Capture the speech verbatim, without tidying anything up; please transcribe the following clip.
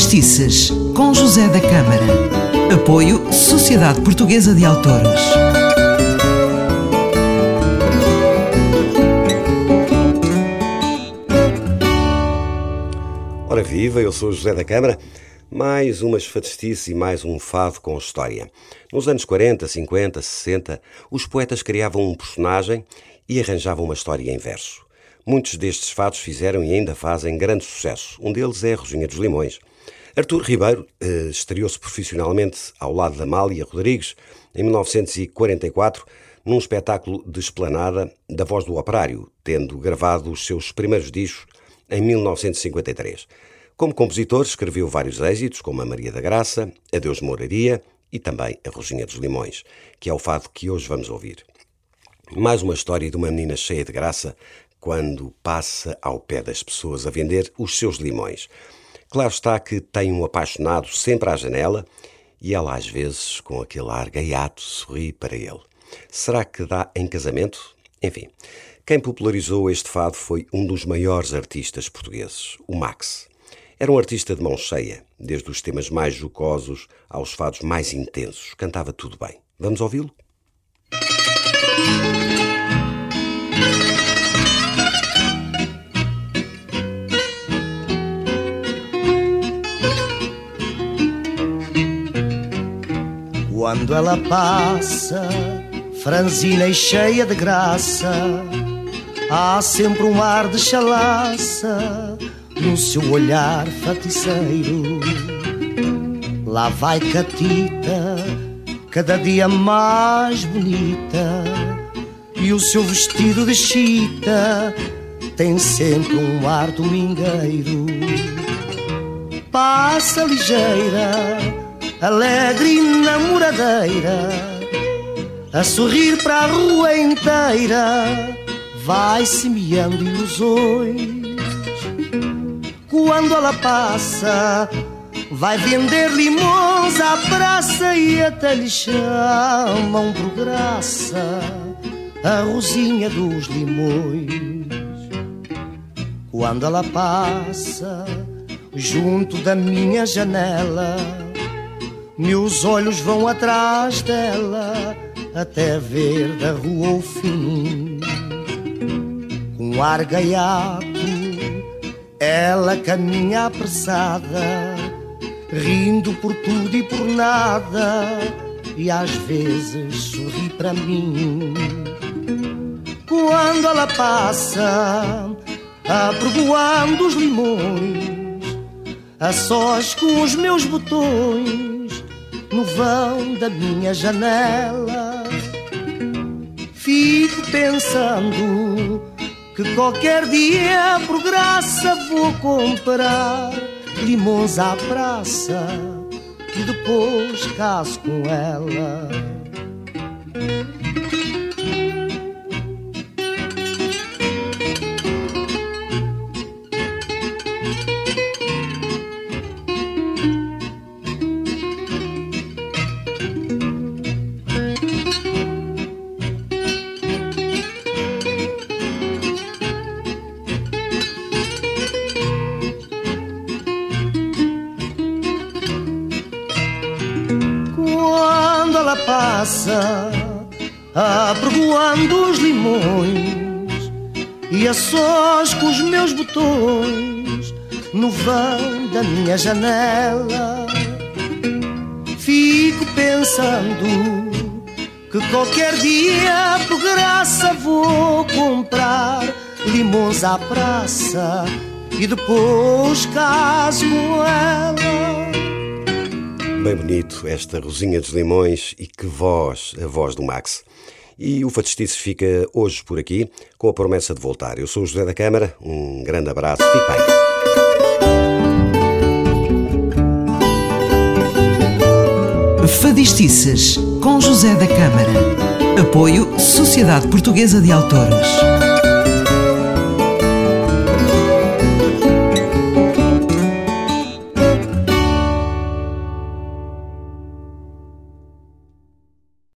Fadistices, com José da Câmara. Apoio Sociedade Portuguesa de Autores. Ora viva, eu sou o José da Câmara. Mais umas fadistices e mais um fado com história. Nos anos quarenta, cinquenta, sessenta, os poetas criavam um personagem e arranjavam uma história em verso. Muitos destes fados fizeram e ainda fazem grande sucesso. Um deles é a Rosinha dos Limões. Artur Ribeiro eh, estreou-se profissionalmente ao lado de Amália Rodrigues em mil novecentos e quarenta e quatro num espetáculo de esplanada da Voz do Operário, tendo gravado os seus primeiros discos em mil novecentos e cinquenta e três. Como compositor, escreveu vários êxitos, como a Maria da Graça, Adeus Moraria e também a Rosinha dos Limões, que é o fado que hoje vamos ouvir. Mais uma história de uma menina cheia de graça quando passa ao pé das pessoas a vender os seus limões. Claro está que tem um apaixonado sempre à janela e ela às vezes, com aquele ar gaiato, sorri para ele. Será que dá em casamento? Enfim, quem popularizou este fado foi um dos maiores artistas portugueses, o Max. Era um artista de mão cheia, desde os temas mais jocosos aos fados mais intensos. Cantava tudo bem. Vamos ouvi-lo? Quando ela passa, franzina e cheia de graça, há sempre um ar de chalaça no seu olhar faticeiro. Lá vai Catita, cada dia mais bonita, e o seu vestido de chita tem sempre um ar domingueiro. Passa ligeira, alegre e namoradeira, a sorrir para a rua inteira, vai semeando ilusões. Quando ela passa, vai vender limões à praça e até lhe chamam por graça a Rosinha dos Limões. Quando ela passa junto da minha janela, meus olhos vão atrás dela até ver da rua o fim. Com ar gaiato, ela caminha apressada, rindo por tudo e por nada, e às vezes sorri para mim. Quando ela passa, apregoando os limões, a sós com os meus botões, no vão da minha janela, fico pensando que qualquer dia por graça vou comprar limões à praça e depois caso com ela. Ela passa apregoando os limões e a sós com os meus botões no vão da minha janela, fico pensando que qualquer dia por graça vou comprar limões à praça e depois caso com ela. Bem bonito esta Rosinha dos Limões e que voz, a voz do Max. E o Fadistices fica hoje por aqui com a promessa de voltar. Eu sou o José da Câmara, um grande abraço, fique bem. Fadistices, com José da Câmara. Apoio Sociedade Portuguesa de Autores.